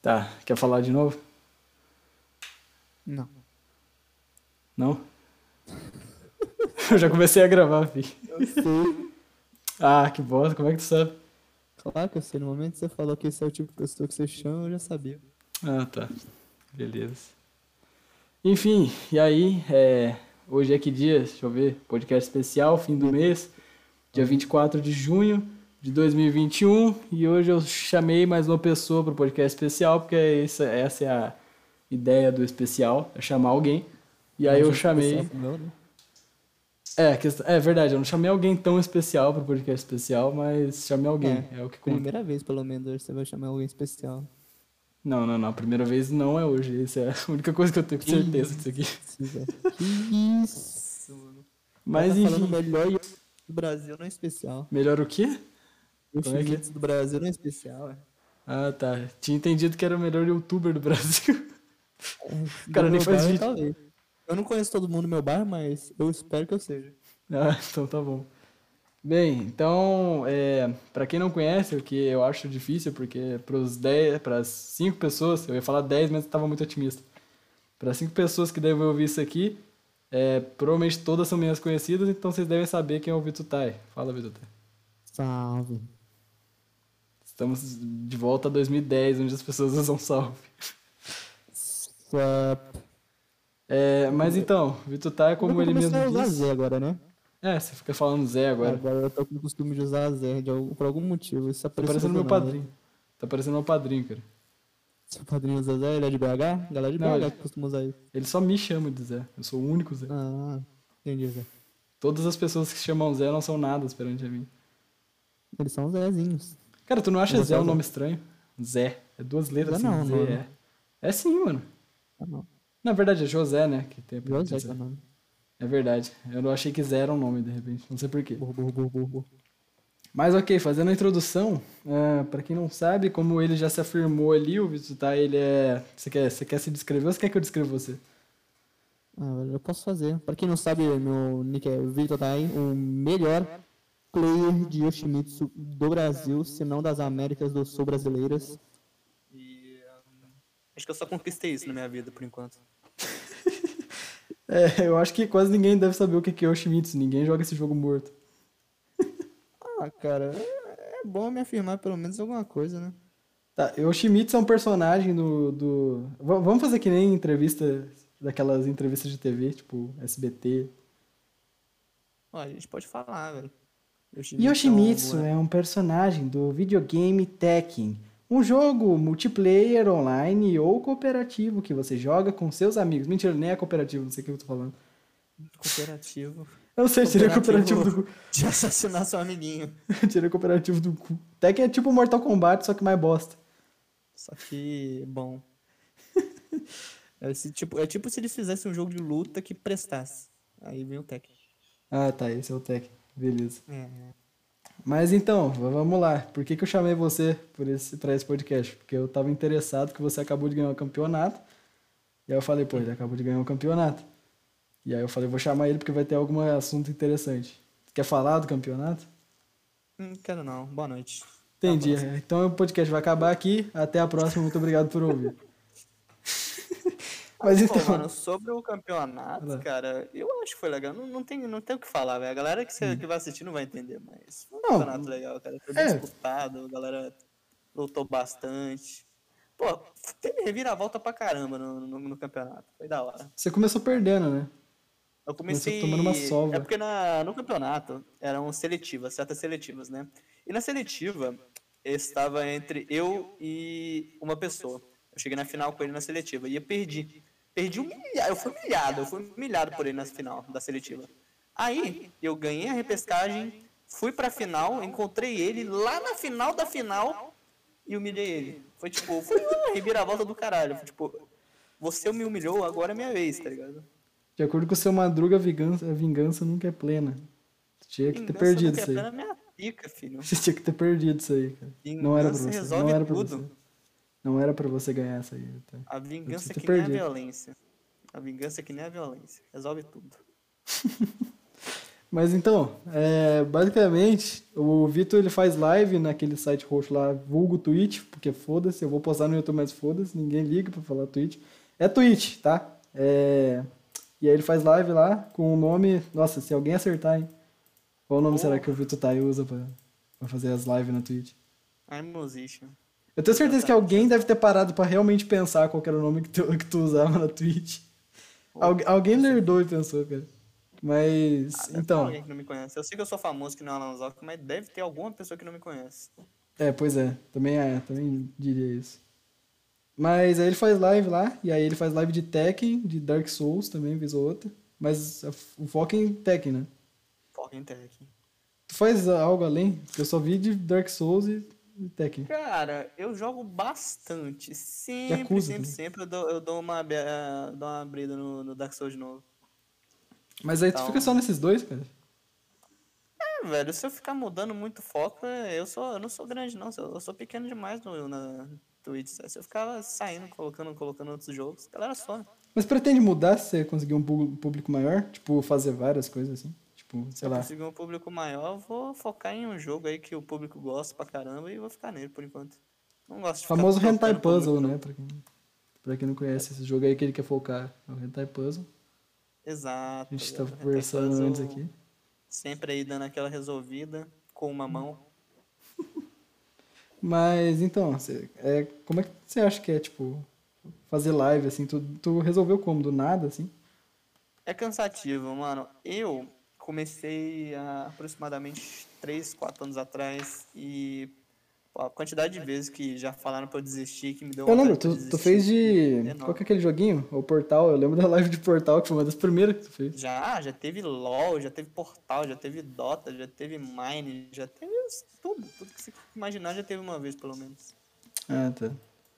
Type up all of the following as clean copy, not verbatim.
Tá, quer falar de novo? Não. Não? Eu já comecei a gravar, filho. Eu sei. Ah, que bosta, como é que tu sabe? Claro que eu sei. No momento que você falou que esse é o tipo de pessoa que você chama, eu já sabia. Ah, tá. Beleza. Enfim, e aí, hoje é que dia? Deixa eu ver. Podcast especial, fim do mês, dia 24 de junho de 2021. E hoje eu chamei mais uma pessoa para o podcast especial, porque essa é a ideia do especial, é chamar alguém. E aí eu Imagina especial chamei. pro meu, né? É verdade, eu não chamei alguém tão especial para o podcast especial, mas chamei alguém, é o que conta. Primeira vez, pelo menos, hoje você vai chamar alguém especial. Não, a primeira vez não é hoje. Essa é a única coisa que eu tenho Que certeza disso aqui. isso, velho. Que isso, mano. O cara Mas tá falando o enfim, melhor Yoshimitsu do Brasil, não é especial. melhor o quê? Como é que é? Yoshimitsu do Brasil não é especial, é. Ah, tá. Tinha entendido que era o melhor youtuber do Brasil. O Do cara nem meu faz bairro, vídeo. talvez. Eu não conheço todo mundo no meu bairro, mas eu espero que eu seja. Ah, então tá bom. Bem, então, para quem não conhece, o que eu acho difícil, porque para as 5 pessoas, eu ia falar 10, mas estava muito otimista. Para 5 pessoas que devem ouvir isso aqui, provavelmente todas são minhas conhecidas, então vocês devem saber quem é o Vitor Tai. Fala, Vitor Tai. Salve. Estamos de volta a 2010, onde as pessoas usam salve. Sup. Mas então, Vitor Tai, como ele mesmo Comecei a usar disse. Z agora, né? Você fica falando Zé agora. Agora eu tô com o costume de usar Zé por algum motivo. Isso Tá apareceu parecendo do meu nada. padrinho. Tá parecendo meu padrinho, cara. Seu padrinho usa Zé, ele é de BH? Galera de Não, BH que costuma usar isso. ele só me chama de Zé. Eu sou o único Zé. Ah, entendi, Zé. Todas as pessoas que se chamam Zé não são nada perante a mim. Eles são Zézinhos. Cara, tu não acha Você Zé é um o Zé? nome estranho? Zé. É 2 letras Zé assim, não, Zé. mano. É sim, mano. Ah, não. Na verdade é José, né? Que tem apelido de José Zé. que é o nome. É verdade. Eu não achei que Zé era um nome, de repente. Não sei porquê. Burro, burro, burro, burro, burro. Mas ok, fazendo a introdução, pra quem não sabe, como ele já se afirmou ali, o Vitor Tai, ele é... Você quer se descrever ou você quer que eu descreva você? Ah, velho, eu posso fazer. Pra quem não sabe, meu nick é Vitor Tai, o melhor player de Yoshimitsu do Brasil, se não das Américas do Sul brasileiras. E acho que eu só conquistei isso na minha vida, por enquanto. Eu acho que quase ninguém deve saber o que é Yoshimitsu. Ninguém joga esse jogo morto. Ah, cara, é bom me afirmar pelo menos alguma coisa, né? Tá, Yoshimitsu é um personagem Vamos fazer que nem entrevista, daquelas entrevistas de TV, tipo SBT. Ó, a gente pode falar, velho. Yoshimitsu é um personagem do videogame Tekken, um jogo multiplayer online ou cooperativo que você joga com seus amigos. Mentira, nem é cooperativo, não sei o que eu tô falando. Cooperativo. Eu não sei, tirei cooperativo do De assassinar seu amiguinho. tirei cooperativo do cu. Tekken é tipo Mortal Kombat, só que mais bosta. Só que, bom. É tipo se eles fizessem um jogo de luta que prestasse. Aí vem o Tekken. Ah, tá, esse é o Tekken. Beleza. É. Mas então, vamos lá. Por que eu chamei você pra esse podcast? Porque eu tava interessado que você acabou de ganhar o campeonato. E aí eu falei, pô, ele acabou de ganhar o campeonato. E aí eu falei, vou chamar ele porque vai ter algum assunto interessante. Quer falar do campeonato? Quero não. Boa noite. Entendi. Tá, próximo. Então o podcast vai acabar aqui. Até a próxima. Muito obrigado por ouvir. Mas Pô, então... mano, sobre o campeonato, cara, eu acho que foi legal. Não tem o que falar, velho. A galera que vai assistir não vai entender, mas foi um Não, campeonato legal, cara. Foi bem disputado, a galera lutou bastante. Pô, teve reviravolta pra caramba no campeonato. Foi da hora. você começou perdendo, né? Eu Começou tomando uma comecei. sova. É porque no campeonato eram seletivas, certas seletivas, né? E na seletiva estava entre eu e uma pessoa. Eu cheguei na final com ele na seletiva e eu perdi. Perdi humilhado. Eu fui humilhado por ele na final da seletiva. Aí eu ganhei a repescagem, fui pra final, encontrei ele lá na final da final e humilhei ele. Foi uma reviravolta do caralho. Foi tipo, você me humilhou, agora é minha vez, tá ligado? De acordo com o seu Madruga, a vingança nunca é plena. Você tinha que ter perdido isso aí. Vingança minha pica, filho. Você tinha que ter perdido isso aí, cara. Não era pra Vingança você. resolve Não era pra tudo. você. Não era pra você ganhar essa aí. Tá? A vingança Eu é tinha que ter nem a perdido. violência. A vingança é que nem a violência. Resolve tudo. Mas então, basicamente, o Vitor ele faz live naquele site roxo lá, vulgo Twitch, porque foda-se, eu vou postar no YouTube, mas foda-se, ninguém liga pra falar Twitch. É Twitch, tá? E aí ele faz live lá com o nome. Nossa, se alguém acertar, hein? Qual nome será que o Vitor Tai usa pra fazer as lives na Twitch? I'm musician. Eu tenho certeza que alguém deve ter parado pra realmente pensar qual que era o nome que tu usava na Twitch. Alguém lerdou e pensou, cara. Mas, Deve ter então... alguém que não me conhece. Eu sei que eu sou famoso que não é Alan Zoc, mas deve ter alguma pessoa que não me conhece. Pois é. Também diria isso. Mas aí ele faz live lá, e aí ele faz live de Tekken, de Dark Souls também, vez ou outra. Mas o foco é em Tekken, né? Foca em tech. Tu faz algo além? Porque eu só vi de Dark Souls e Tekken. Cara, eu jogo bastante. Yakuza Sempre eu dou uma abrida no Dark Souls de novo. Mas aí tu Então, fica só nesses dois, cara? velho, se eu ficar mudando muito foco, eu não sou grande, não. Eu sou pequeno demais na Twitch. Se eu ficar saindo, colocando outros jogos, a galera some. Mas pretende mudar se você conseguir um público maior? Tipo, fazer várias coisas assim? Tipo, sei Se eu lá. conseguir um público maior, eu vou focar em um jogo aí que o público gosta pra caramba e vou ficar nele por enquanto. Não gosto de ficar Famoso Hentai trocando por Puzzle, muito né? jogo. Pra quem não conhece esse jogo aí que ele quer focar. É o Hentai Puzzle. A Exato, gente tá velho. Hentai conversando antes Puzzle aqui. sempre aí dando aquela resolvida com uma mão. Mas então, como é que você acha que é, tipo, fazer live, assim? Tu resolveu como? Do nada, assim? É cansativo, mano. Eu comecei há aproximadamente 3, 4 anos atrás e pô, a quantidade de vezes que já falaram pra eu desistir, que me deu Eu lembro, vontade pra tu desistir, fez de. é Qual que enorme. é aquele joguinho? O Portal. Eu lembro da live de Portal, que foi uma das primeiras que tu fez. Já teve LoL, já teve Portal, já teve Dota, já teve Mine, já teve tudo que você imaginar já teve uma vez, pelo menos. Ah, tá.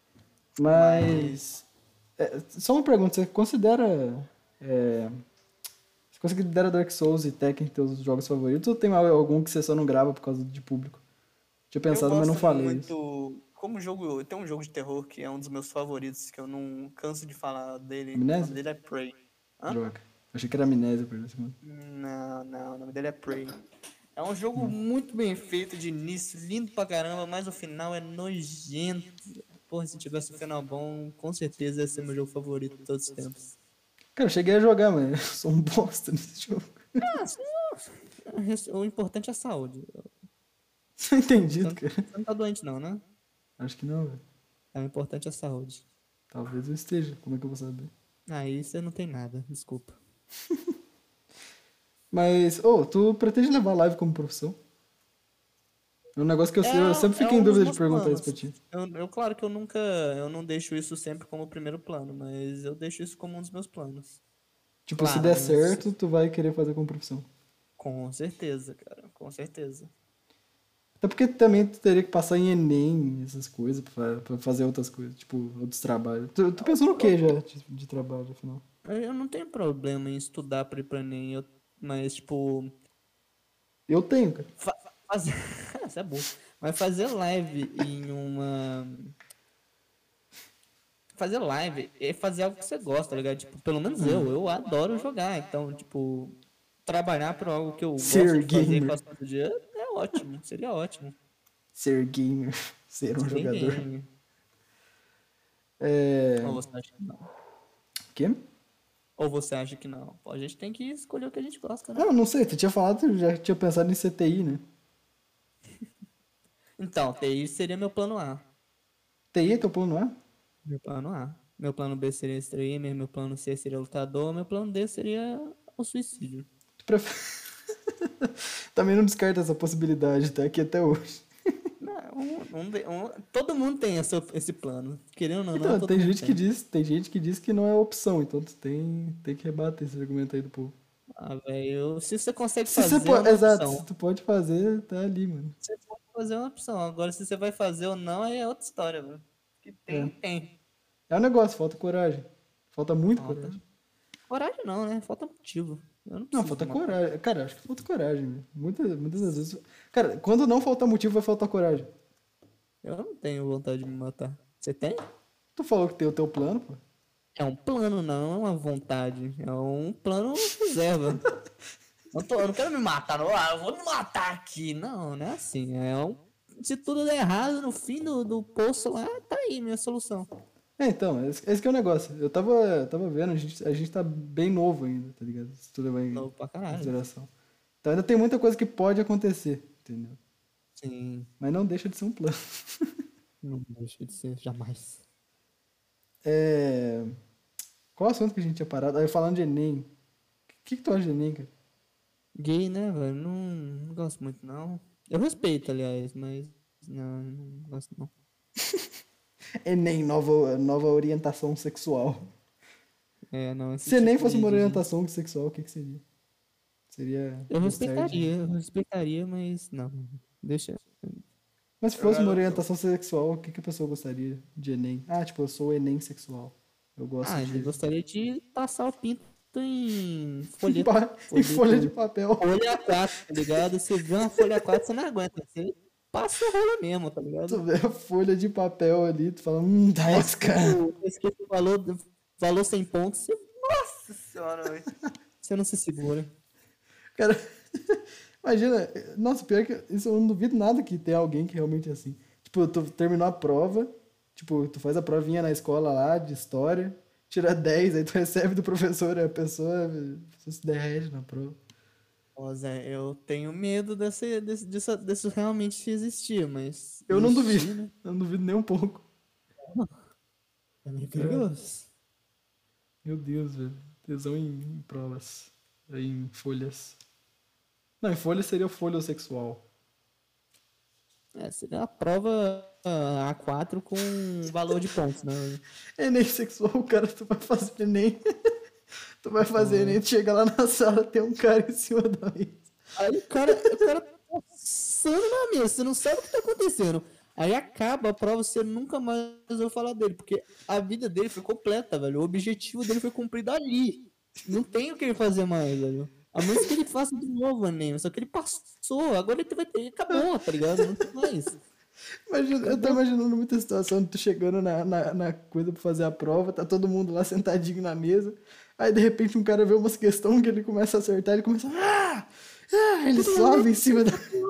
Mas, Mas. Só uma pergunta, você considera. é, Você considera Dark Souls e Tekken teus jogos favoritos ou tem algum que você só não grava por causa de público? Tinha eu pensado, mas não gosto falei isso. muito, como jogo, tem um jogo de terror que é um dos meus favoritos, que eu não canso de falar dele, o nome Amnésia? dele é Prey. Hã? Droga. Achei que era amnésia por esse segundo. Não, o nome dele é Prey. É um jogo muito bem feito de início, lindo pra caramba, mas o final é nojento. Porra, se tivesse um final bom, com certeza ia ser meu jogo favorito de todos os tempos. Cara, eu cheguei a jogar, mas eu sou um bosta nesse jogo. O importante é a saúde. Você não entendido, cara. Você não tá doente não, né? Acho que não, velho. O importante é a saúde. Talvez eu esteja. Como é que eu vou saber? Aí você não tem nada, desculpa. Mas, tu pretende levar live como profissão? É um negócio que eu sempre É fiquei em um dos dúvida de meus perguntar isso planos. pra ti. Claro que eu não deixo isso sempre como primeiro plano, mas eu deixo isso como um dos meus planos. Tipo, se Claro, der né? certo, tu vai querer fazer como profissão. Com certeza, cara, com certeza. Até porque também tu teria que passar em Enem, essas coisas, pra fazer outras coisas, tipo, outros trabalhos. Tu pensou no que já de trabalho, afinal? Eu não tenho problema em estudar pra ir pra Enem, mas, tipo, Eu tenho, cara. fazer. Isso é bom. Mas fazer live em uma. Fazer live é fazer algo que você gosta, tá ligado? Tipo, pelo menos eu adoro jogar. Então, tipo, trabalhar por algo que eu gosto Ser de fazer e gamer. faço todo dia é ótimo, seria ótimo. Ser gamer. Ser um Ser bem jogador. gamer. É... Ou você acha que não? Quê? Ou você acha que não? Pô, a gente tem que escolher o que a gente gosta, né? Ah, não sei, tu tinha falado, tu já tinha pensado em CTI, né? Então, TI seria meu plano A. TI é teu plano A? Meu plano A. Meu plano B seria streamer, meu plano C seria lutador, meu plano D seria o suicídio. Tu prefere... Também não descarta essa possibilidade, tá aqui até hoje. Não, todo mundo tem esse plano. Querendo ou não, Então, todo tem mundo gente que diz, tem gente que diz que não é opção, então tu tem que rebater esse argumento aí do povo. Ah, velho, se você consegue Se você fazer, é pode, uma exato, opção. se tu pode fazer, tá ali, mano. Você pode fazer uma opção. Agora, se você vai fazer ou não, aí é outra história, velho. Que É. tem. É um negócio, falta coragem. Falta muita Falta. coragem. Coragem não, né? Falta motivo. Eu não Não, preciso falta de uma coragem. Cara, acho que falta coragem, velho. Muitas das vezes. Cara, quando não falta motivo, vai faltar coragem. Eu não tenho vontade de me matar. Você tem? Tu falou que tem o teu plano, pô. É um plano, não é uma vontade. É um plano reserva. Eu não quero me matar, não. Eu vou me matar aqui. Não, não é assim. Se tudo der errado, no fim do poço lá, tá aí minha solução. Então, esse que é o negócio. Eu tava vendo, a gente tá bem novo ainda, tá ligado? Se tu levar em Novo pra caralho. consideração. Então ainda tem muita coisa que pode acontecer, entendeu? Sim. Mas não deixa de ser um plano. Não deixa de ser, jamais. Qual assunto que a gente tinha parado? Aí falando de Enem. O que tu acha de Enem, cara? Gay, né, velho? Não gosto muito, não. Eu respeito, aliás, mas não gosto, não. Enem, nova orientação sexual. Não, esse Se Enem tipo fosse uma de gente. orientação sexual, o que seria? Seria. Eu gostar de- respeitaria, mas não. Deixa. Mas se fosse uma orientação sexual, o que a pessoa gostaria de Enem? Ah, tipo, eu sou o Enem sexual. Eu gosto Eu de. gostaria de passar o pinto em folheto. Em folha de papel. Folha A4, tá ligado? Você vê uma folha A4, você não aguenta. Você passa o rola mesmo, tá ligado? Tu vê a folha de papel ali, tu fala, tasca. Esqueci o valor 100 pontos, nossa senhora, velho. Você não se segura. Cara, imagina, nossa, pior que isso eu não duvido nada que tenha alguém que realmente é assim. Tipo, tu terminou a prova, tipo, tu faz a provinha na escola lá de história, tira 10, aí tu recebe do professor e a pessoa se derrete na prova. Ó, Zé, eu tenho medo disso realmente existir, mas. Eu não existir, duvido, né? eu não duvido nem um pouco. É meio perigoso. Meu Deus, velho. Tesão em provas, em folhas. Não, em folha seria o folha sexual. Seria a prova A4 com valor de pontos, né? Enem sexual, cara, tu vai fazer Enem. Tu vai fazer Enem, tu chega lá na sala, tem um cara em cima da mesa. Aí o cara tá passando na mesa, você não sabe o que tá acontecendo. Aí acaba a prova, você nunca mais ouviu falar dele, porque a vida dele foi completa, velho. O objetivo dele foi cumprido ali. Não tem o que ele fazer mais, velho. A menos que ele faça de novo, Enem. Só que ele passou, agora ele vai ter. Acabou, tá ligado? Não tem mais. Imagina, eu tô imaginando muita situação de tu chegando na coisa pra fazer a prova, tá todo mundo lá sentadinho na mesa, aí de repente um cara vê umas questões que ele começa a acertar, ele começa ele sobe em cima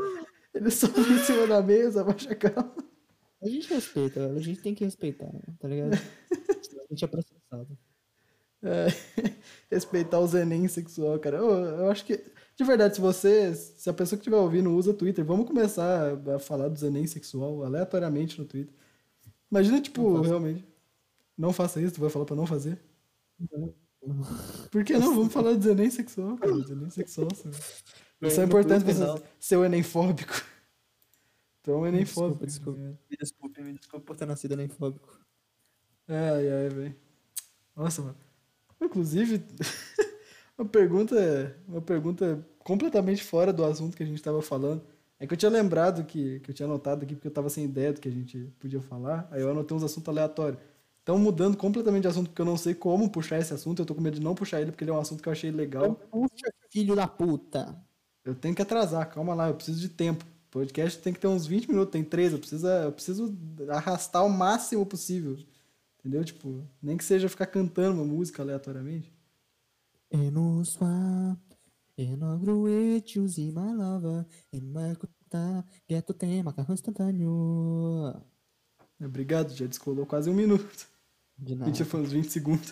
da mesa, abaixa a calma. A gente respeita, velho. A gente tem que respeitar, tá ligado? Senão a gente é processado. Respeitar os Enem sexual, cara. Eu acho que, de verdade, se a pessoa que estiver ouvindo usa Twitter, vamos começar a falar dos Enem sexual aleatoriamente no Twitter. Imagina, tipo, realmente. Não faça isso, tu vai falar pra não fazer? Por que não? Vamos falar dos Enem sexual, cara. Dos Enem sexual, isso é importante você ser o Enemfóbico. Tu é um Enemfóbico. Me desculpe por ter nascido Enemfóbico. Ai, velho. Nossa, mano. Inclusive, uma pergunta completamente fora do assunto que a gente estava falando. É que eu tinha lembrado que eu tinha anotado aqui porque eu estava sem ideia do que a gente podia falar. Aí eu anotei uns assuntos aleatórios. Então, mudando completamente de assunto, porque eu não sei como puxar esse assunto, eu tô com medo de não puxar ele porque ele é um assunto que eu achei legal. Puxa, filho da puta. Eu tenho que atrasar, calma lá, eu preciso de tempo. O podcast tem que ter uns 20 minutos, tem 13, eu preciso arrastar o máximo possível. Entendeu? Tipo, nem que seja ficar cantando uma música aleatoriamente. No swamp, no gruetos e my lover, Marcuta, ghetto tem macarrão instantâneo. Obrigado, já descolou quase 1 minuto. De A nada. gente foi uns 20 segundos.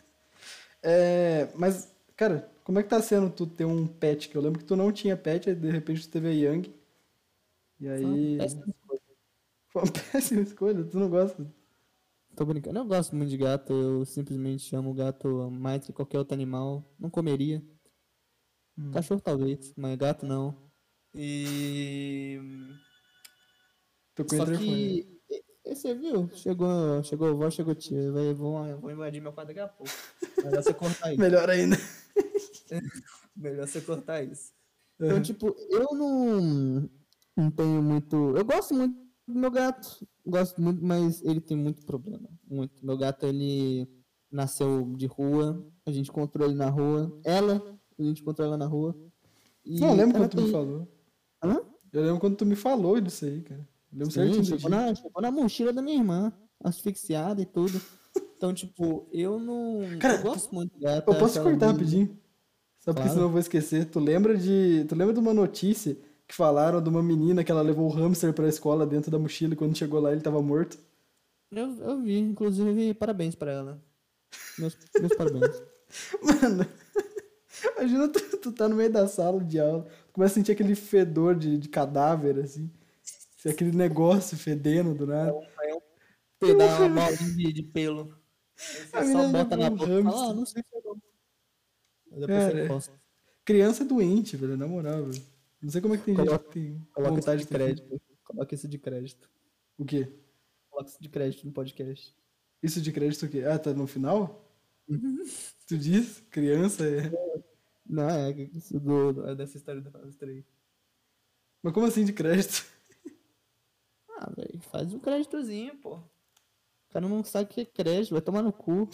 Mas, cara, como é que tá sendo tu ter um pet? Que eu lembro que tu não tinha pet, aí de repente tu teve a Yang. E aí. Foi uma péssima escolha, tu não gosta? Tô brincando, eu gosto muito de gato, eu simplesmente amo gato mais que qualquer outro animal. Não comeria. Cachorro talvez, mas gato não. E. Tô com o Só interfone. que. Você viu? Chegou a avó, chegou a tia. Vou invadir meu quarto daqui a pouco. Melhor você cortar isso. Melhor ainda. Melhor você cortar isso. Então, tipo, eu não tenho muito. Eu gosto muito do meu gato. Gosto muito, mas ele tem muito problema. Muito. Meu gato, ele nasceu de rua. A gente encontrou ele na rua. A gente encontrou ela na rua. E Não, eu lembro ela quando tu me falou. Hã? Eu lembro quando tu me falou disso aí, cara. Eu lembro certinho do Chegou dia. na mochila da minha irmã, asfixiada e tudo. Então, tipo, eu não. Cara, eu gosto muito de gato. Eu posso acho ela cortar linda. rapidinho? Só porque Claro. senão eu vou esquecer. Tu lembra de uma notícia que falaram de uma menina que ela levou o hamster pra escola dentro da mochila e quando chegou lá ele tava morto? Eu vi, inclusive, parabéns pra ela. Meus parabéns. Mano, imagina tu tá no meio da sala de aula, tu começa a sentir aquele fedor de cadáver, assim. Aquele negócio fedendo do nada. Pegar uma bolinha de pelo. Aí A você só menina bota na levou um boca e fala, hamster. não sei se é bom. Aí depois você Cara, encosta. criança é doente, velho, na moral, velho. Não sei como é que tem gente Coloca, que tem coloca isso vontade de de ter filho. crédito. Coloca isso de crédito. O quê? Coloca isso de crédito no podcast. Isso de crédito o quê? Ah, tá no final? Tu diz? Criança é... Não, é isso é dessa história da fase 3. Mas como assim de crédito? Ah, velho, faz um créditozinho, pô. O cara não sabe o que é crédito, vai tomar no cu.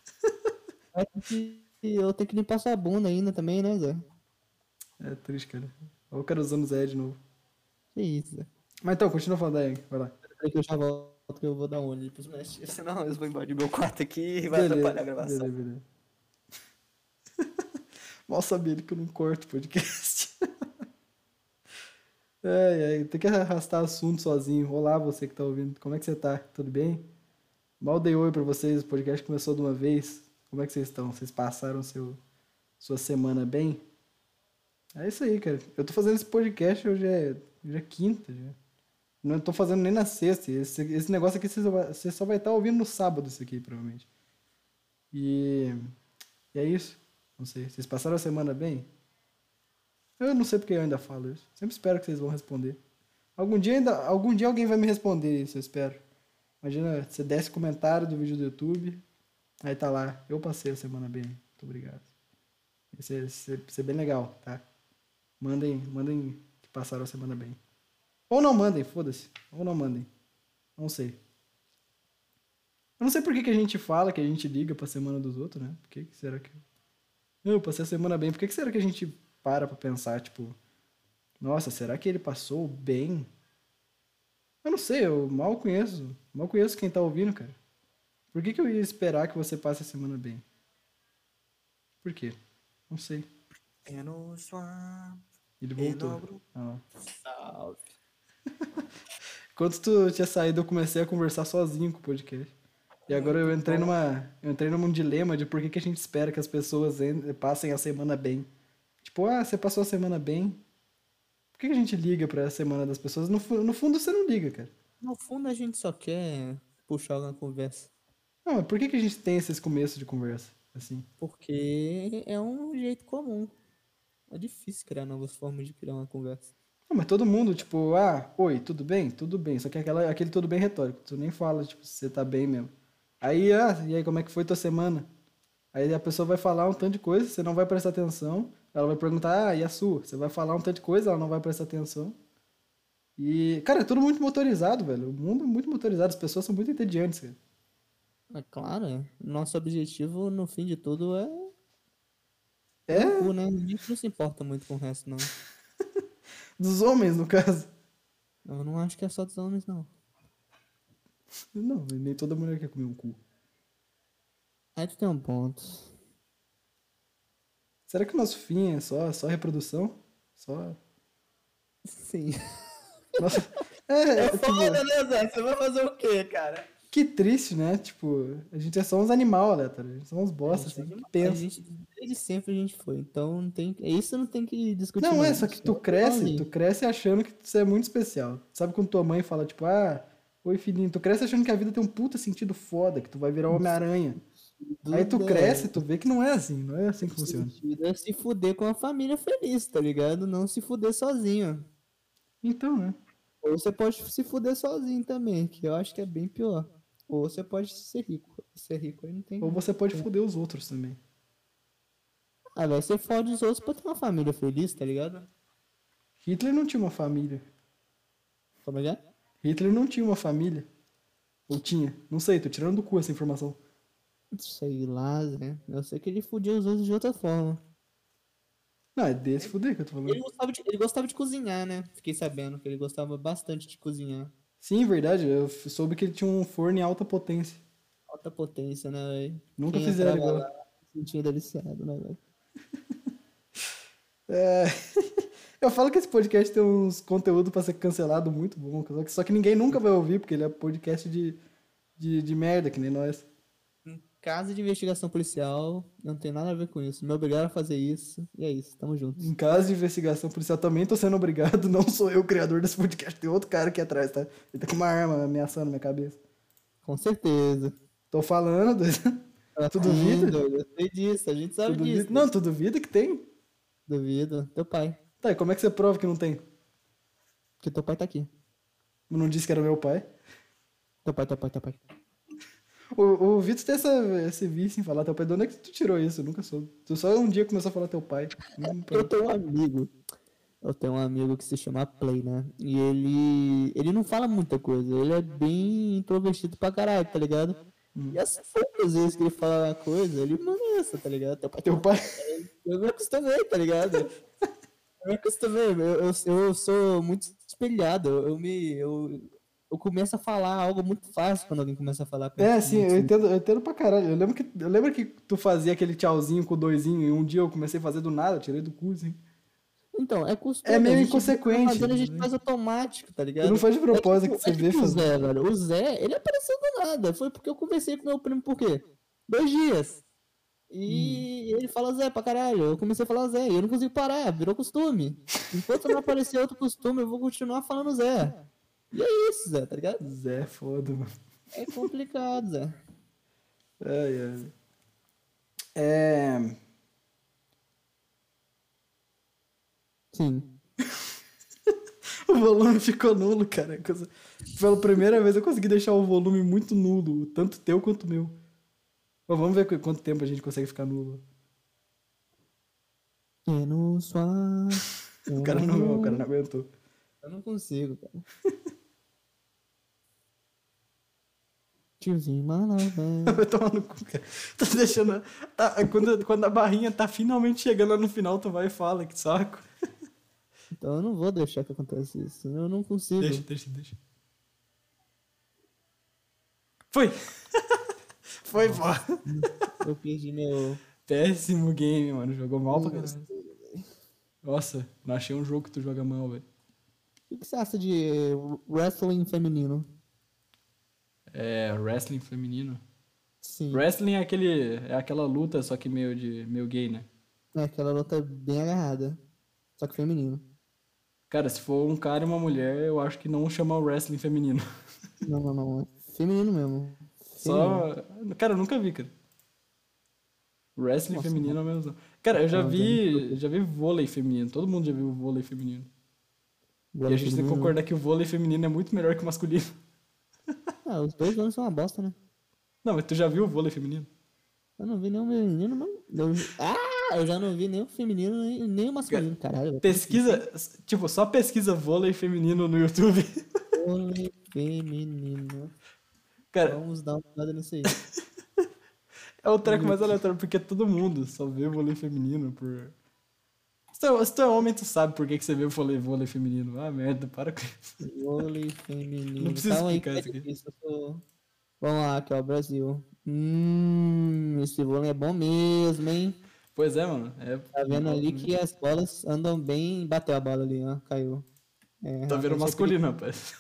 Eu tenho que limpar sua bunda ainda também, né, Zé? É triste, cara. Olha o cara usando Zé de novo. Que isso, Zé. Mas então, continua falando aí, vai lá. Peraí que eu já volto, que eu vou dar um olho pros mestres. Senão eles vão invadir meu quarto aqui e vai atrapalhar a gravação. beleza. Mal sabia ele que eu não corto podcast. Tem que arrastar assunto sozinho. Olá, você que tá ouvindo. Como é que você tá? Tudo bem? Mal dei oi pra vocês. O podcast começou de uma vez. Como é que vocês estão? Vocês passaram sua semana bem? É isso aí, cara. Eu tô fazendo esse podcast hoje é quinta. Já. Não tô fazendo nem na sexta. Esse negócio aqui você só vai estar ouvindo no sábado, isso aqui, provavelmente. E é isso. Não sei. Vocês passaram a semana bem? Eu não sei porque eu ainda falo isso. Sempre espero que vocês vão responder. Algum dia alguém vai me responder isso, eu espero. Imagina, você desce comentário do vídeo do YouTube, aí tá lá, eu passei a semana bem, muito obrigado. Isso ia ser bem legal, tá? Mandem que passaram a semana bem. Ou não mandem, foda-se. Ou não mandem. Não sei. Eu não sei por que a gente fala, que a gente liga pra semana dos outros, né? Por que será que... Eu passei a semana bem. Por que será que a gente para pra pensar, tipo... Nossa, será que ele passou bem? Eu não sei, eu mal conheço quem tá ouvindo, cara. Por que eu ia esperar que você passe a semana bem? Por quê? Não sei. Ele voltou. Ah. Salve. Enquanto tu tinha saído, eu comecei a conversar sozinho com o podcast. E agora eu entrei num dilema de por que a gente espera que as pessoas passem a semana bem. Tipo, você passou a semana bem. Por que a gente liga pra semana das pessoas? No fundo, você não liga, cara. No fundo, a gente só quer puxar alguma conversa. Não, mas por que a gente tem esses começos de conversa? Assim. Porque é um jeito comum. É difícil criar novas formas de criar uma conversa. Não, mas todo mundo, tipo, oi, tudo bem? Tudo bem. Só que aquele tudo bem retórico. Tu nem fala, tipo, se você tá bem mesmo. Aí, e aí, como é que foi tua semana? Aí a pessoa vai falar um tanto de coisa, você não vai prestar atenção. Ela vai perguntar, e a sua? Você vai falar um tanto de coisa, ela não vai prestar atenção. E, cara, é tudo muito motorizado, velho. O mundo é muito motorizado, as pessoas são muito entediantes, cara. É claro, nosso objetivo no fim de tudo é. É? O cu, né? A gente não se importa muito com o resto, não. Dos homens, no caso. Eu não acho que é só dos homens, não. Não, nem toda mulher quer comer um cu. Aí tu tem um ponto. Será que o nosso fim é só reprodução? Só. Sim. Nossa. Tipo, Foda, né, Zé? Você vai fazer o quê, cara? que triste, né? Tipo, a gente é só uns animal, né, cara? A gente são uns bosta, assim, que pensa. Desde sempre a gente foi. Então não tem. Isso não tem que discutir. Não, mais. só que tu cresce achando que você é muito especial. Sabe quando tua mãe fala, tipo, oi filhinho, tu cresce achando que a vida tem um puta sentido foda, que tu vai virar Homem-Aranha. Aí tu cresce, tu vê que não é assim que funciona. É se fuder com a família feliz, tá ligado? Não se fuder sozinho. Então, né? Ou você pode se fuder sozinho também, que eu acho que é bem pior. Ou você pode ser rico. Ser rico aí não tem. Ou você pode foder os outros também. Ah, velho, você fode os outros pra ter uma família feliz, tá ligado? Hitler não tinha uma família. Como é que é? Hitler não tinha uma família. Ou tinha? Não sei, tô tirando do cu essa informação. Sei lá, Zé. Eu sei que ele fudia os outros de outra forma. Não, é desse fuder que eu tô falando. Ele gostava de cozinhar, né? Fiquei sabendo que ele gostava bastante de cozinhar. Sim, verdade. Eu soube que ele tinha um forno em alta potência. Alta potência, né, velho? Nunca fizeram igual. Lá, se sentia deliciado, né, velho? É... Eu falo que esse podcast tem uns conteúdos pra ser cancelado muito bom, só que ninguém nunca vai ouvir, porque ele é podcast de merda, que nem nós. Em caso de investigação policial, não tem nada a ver com isso. Me obrigaram a fazer isso, e é isso, tamo juntos. Em caso de investigação policial, também tô sendo obrigado, não sou eu o criador desse podcast, tem outro cara aqui atrás, tá? Ele tá com uma arma ameaçando minha cabeça. Com certeza. Tô falando, tu duvida? Eu sei disso, a gente sabe Tu disso. duvida? Não, tu duvida que tem? Duvido. Teu pai. Tá, e como é que você prova que não tem? Porque teu pai tá aqui. Não disse que era meu pai? Teu pai. O Vitor tem esse vício em falar teu pai. De onde é que tu tirou isso? Eu nunca soube. Tu só um dia começou a falar teu pai. Eu tenho um amigo. Eu tenho um amigo que se chama Play, né? E ele não fala muita coisa. Ele é bem introvertido pra caralho, tá ligado? E as poucas vezes que ele fala uma coisa, ele manda essa, tá ligado? Teu pai? Eu me acostumei, tá ligado? Eu me acostumei. Eu sou muito espelhado. Eu começo a falar algo muito fácil quando alguém começa a falar. Sim, eu entendo pra caralho. Eu lembro que tu fazia aquele tchauzinho com o doisinho e um dia eu comecei a fazer do nada, eu tirei do cu, assim. Então, é costume. É meio a gente inconsequente. Fazendo, a gente faz automático, tá ligado? Tu não faz de propósito que você vê o fazer. Zé, velho. O Zé, ele apareceu do nada. Foi porque eu conversei com meu primo por quê? 2 dias. E ele fala Zé pra caralho. Eu comecei a falar Zé e eu não consigo parar, virou costume. Enquanto não aparecer outro costume, eu vou continuar falando Zé. E é isso, Zé, tá ligado? Zé, foda, mano. É complicado, Zé. Ai. Sim. O volume ficou nulo, cara. Pela primeira vez eu consegui deixar o volume muito nulo, tanto teu quanto meu. Mas vamos ver quanto tempo a gente consegue ficar nulo. O cara não aguentou. Eu não consigo, cara. Tiozinho malandro. Vai tomar no cu, cara. Tá deixando. Quando a barrinha tá finalmente chegando lá no final, tu vai e fala, que saco. Então eu não vou deixar que aconteça isso. Eu não consigo. Deixa. Foi! Foi, pô. Eu perdi meu. Péssimo game, mano. Jogou mal pra caralho. Nossa, não achei um jogo que tu joga mal, velho. O que você acha de wrestling feminino? Wrestling feminino. Sim. Wrestling é aquela luta, só que meio gay, né? É aquela luta bem agarrada. Só que feminino. Cara, se for um cara e uma mulher, eu acho que não chama wrestling feminino. Não. É feminino mesmo. Só. Cara, eu nunca vi, cara. Wrestling feminino é o mesmo. Cara, eu já vi vôlei feminino. Todo mundo já viu vôlei feminino. E a gente tem que concordar que o vôlei feminino é muito melhor que o masculino. Os dois nomes são uma bosta, né? Não, mas tu já viu o vôlei feminino? Eu não vi nenhum feminino, não. Eu já não vi nem o feminino, nem o masculino, caralho. Pesquisa, só pesquisa vôlei feminino no YouTube. Vôlei feminino. Cara, vamos dar uma olhada nisso aí. É o treco mais aleatório, porque todo mundo só vê vôlei feminino por... Se tu é homem, tu sabe por que você vê vôlei feminino. Ah, merda, para com isso. Vôlei feminino. Não precisa explicar isso aqui. Vamos lá, aqui ó, Brasil. Esse vôlei é bom mesmo, hein? Pois é, mano. Tá vendo ali que as bolas andam bem... Bateu a bola ali, ó, caiu. Tá vendo masculino, rapaz.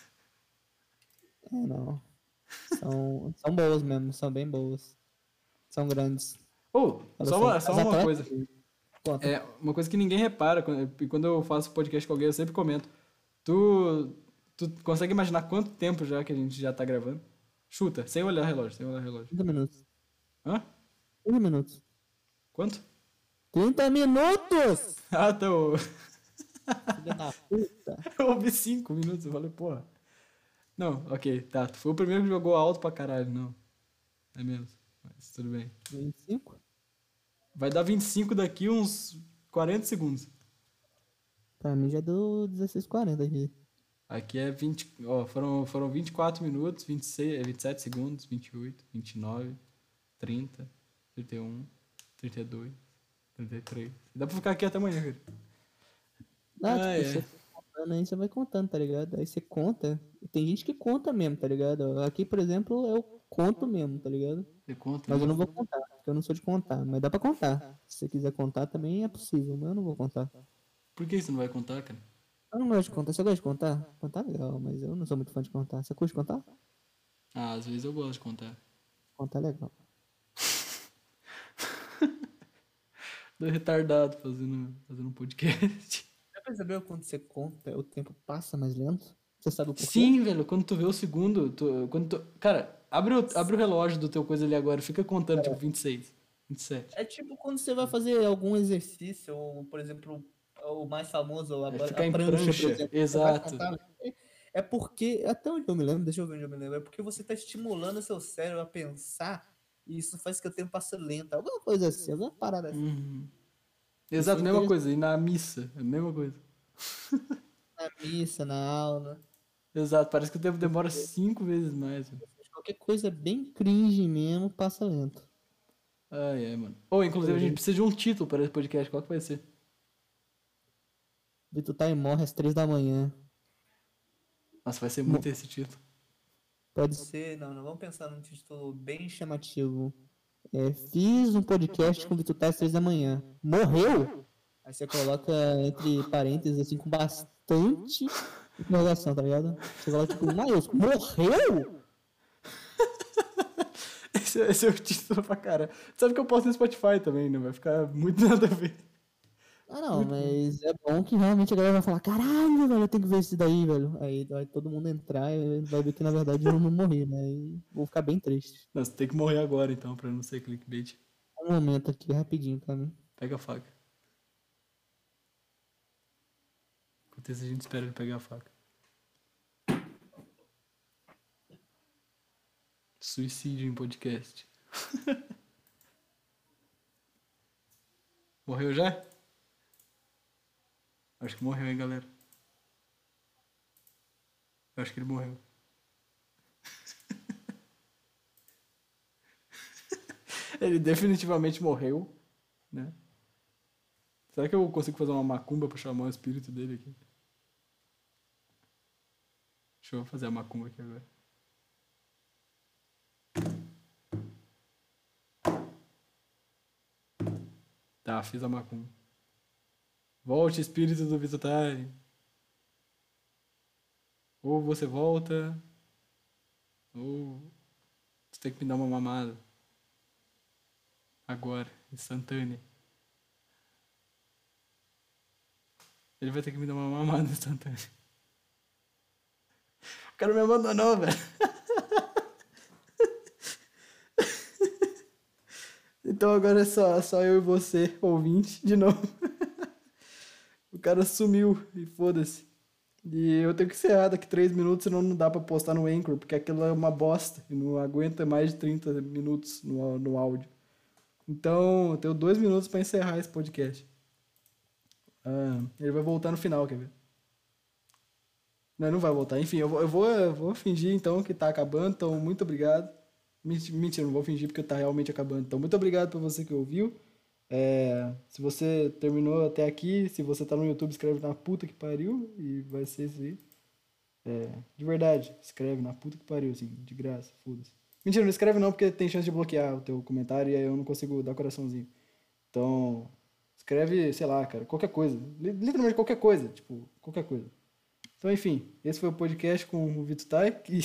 Não. São boas mesmo, são bem boas. São grandes. Só uma coisa. Conta. Uma coisa que ninguém repara, quando eu faço podcast com alguém, eu sempre comento. Tu consegue imaginar quanto tempo já que a gente já tá gravando? Chuta, sem olhar relógio. 30 minutos. Hã? 30 minutos. Quanto? 30 minutos! Ah, tá. Filha da puta. Eu ouvi 5 minutos, eu falei, porra. Não, ok, tá. Tu foi o primeiro que jogou alto pra caralho, não. É menos, mas tudo bem. 25? Vai dar 25 daqui uns 40 segundos. Pra mim já deu 16:40 aqui. Aqui é 20... Ó, foram 24 minutos, 26, 27 segundos, 28, 29, 30, 31, 32, 33. Dá pra ficar aqui até amanhã, cara. Você contando aí, você vai contando, tá ligado? Aí você conta. E tem gente que conta mesmo, tá ligado? Aqui, por exemplo, eu conto mesmo, tá ligado? Você conta, Mas né? eu não vou contar, porque eu não sou de contar. Mas dá pra contar. Se você quiser contar também é possível, mas eu não vou contar. Por que você não vai contar, cara? Eu não gosto de contar. Você gosta de contar? Contar é legal, mas eu não sou muito fã de contar. Você curte contar? Ah, às vezes eu gosto de contar. Contar é legal. Tô retardado fazendo um podcast. Já percebeu quando você conta, o tempo passa mais lento? Você sabe o porquê? Sim, velho, quando tu vê o segundo, cara, abre o relógio do teu coisa ali agora, fica contando, tipo, 26, 27. É tipo quando você vai fazer algum exercício, ou, por exemplo, o mais famoso, a Ficar em prancha, por prancha, exemplo. Você vai exato. contar, é porque, até onde eu me lembro, deixa eu ver onde eu me lembro, é porque você está estimulando o seu cérebro a pensar, e isso faz que o tempo passe lento. Alguma coisa assim, alguma parada assim. Uhum. Exato, mesma coisa, e na missa, é a mesma coisa. Na missa, na aula. Exato, parece que o tempo demora 5 vezes mais, velho. Qualquer coisa bem cringe mesmo, passa lento. Ai, mano. Ou, inclusive, a gente precisa de um título para esse podcast, qual que vai ser? Vitor Time morre às 3 da manhã. Nossa, vai ser muito esse título. Pode ser, não vamos pensar num título bem chamativo. Fiz um podcast com o Vitor Time às 3 da manhã. Morreu? Aí você coloca entre parênteses, assim, com bastante interrogação, tá ligado? Você coloca, tipo, maiúsculo. Morreu? Esse é o título pra cara. Sabe que eu posto no Spotify também, né? Vai ficar muito nada a ver. Ah, não, mas é bom que realmente a galera vai falar, caralho, velho, eu tenho que ver isso daí, velho. Aí vai todo mundo entrar e vai ver que na verdade eu não morri, né? E vou ficar bem triste. Nossa, tem que morrer agora então, pra não ser clickbait. Um momento aqui, rapidinho pra mim. Pega a faca. Enquanto isso a gente espera ele pegar a faca. Suicídio em podcast. Morreu já? Acho que morreu, hein, galera? Eu acho que ele morreu. Ele definitivamente morreu, né? Será que eu consigo fazer uma macumba pra chamar o espírito dele aqui? Deixa eu fazer a macumba aqui agora. Tá, fiz a macumba. Volte, espírito do Vitutari. Ou você volta, ou você tem que me dar uma mamada. Agora, instantânea. Ele vai ter que me dar uma mamada instantânea. O cara me abandonou, velho. Então agora é só eu e você, ouvinte, de novo. O cara sumiu e foda-se. E eu tenho que encerrar daqui 3 minutos, senão não dá pra postar no Anchor, porque aquilo é uma bosta e não aguenta mais de 30 minutos no áudio. Então, eu tenho 2 minutos pra encerrar esse podcast. Ele vai voltar no final, quer ver? Não vai voltar. Enfim, eu vou fingir então que tá acabando, então muito obrigado. Mentira, não vou fingir porque tá realmente acabando. Então, muito obrigado pra você que ouviu. Se você terminou até aqui, se você tá no YouTube, escreve na puta que pariu e vai ser isso aí. De verdade, escreve na puta que pariu, assim, de graça, foda-se. Mentira, não escreve não, porque tem chance de bloquear o teu comentário e aí eu não consigo dar coraçãozinho. Então, escreve, sei lá, cara, qualquer coisa. Literalmente qualquer coisa, tipo, qualquer coisa. Então, enfim, esse foi o podcast com o Vitor Tai, que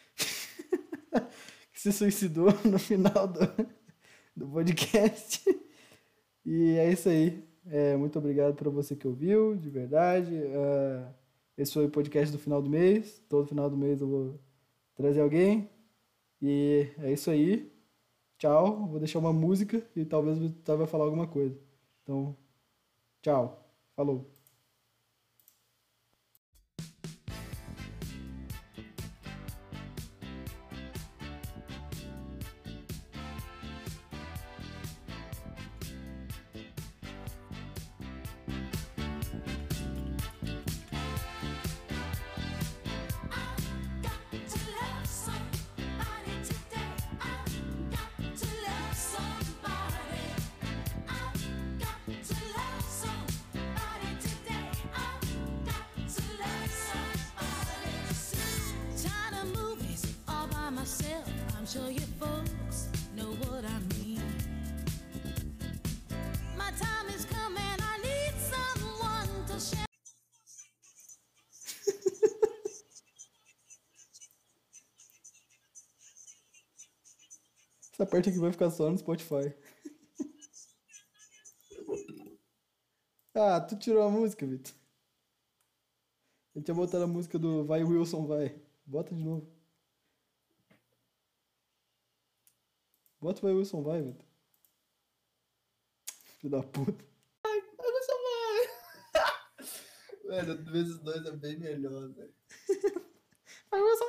se suicidou no final do podcast. E é isso aí. Muito obrigado para você que ouviu, de verdade. Esse foi o podcast do final do mês. Todo final do mês eu vou trazer alguém. E é isso aí. Tchau. Vou deixar uma música e talvez o Vitor vai falar alguma coisa. Então, tchau. Falou. Somebody Essa parte aqui vai ficar só no Spotify. Ah, tu tirou a música, Vitor. Eu tinha botado a música do Vai Wilson Vai. Bota de novo. Bota o Vai Wilson Vai, Vitor. Filho da puta. Velho, vezes 2 é bem melhor, velho. Vai Wilson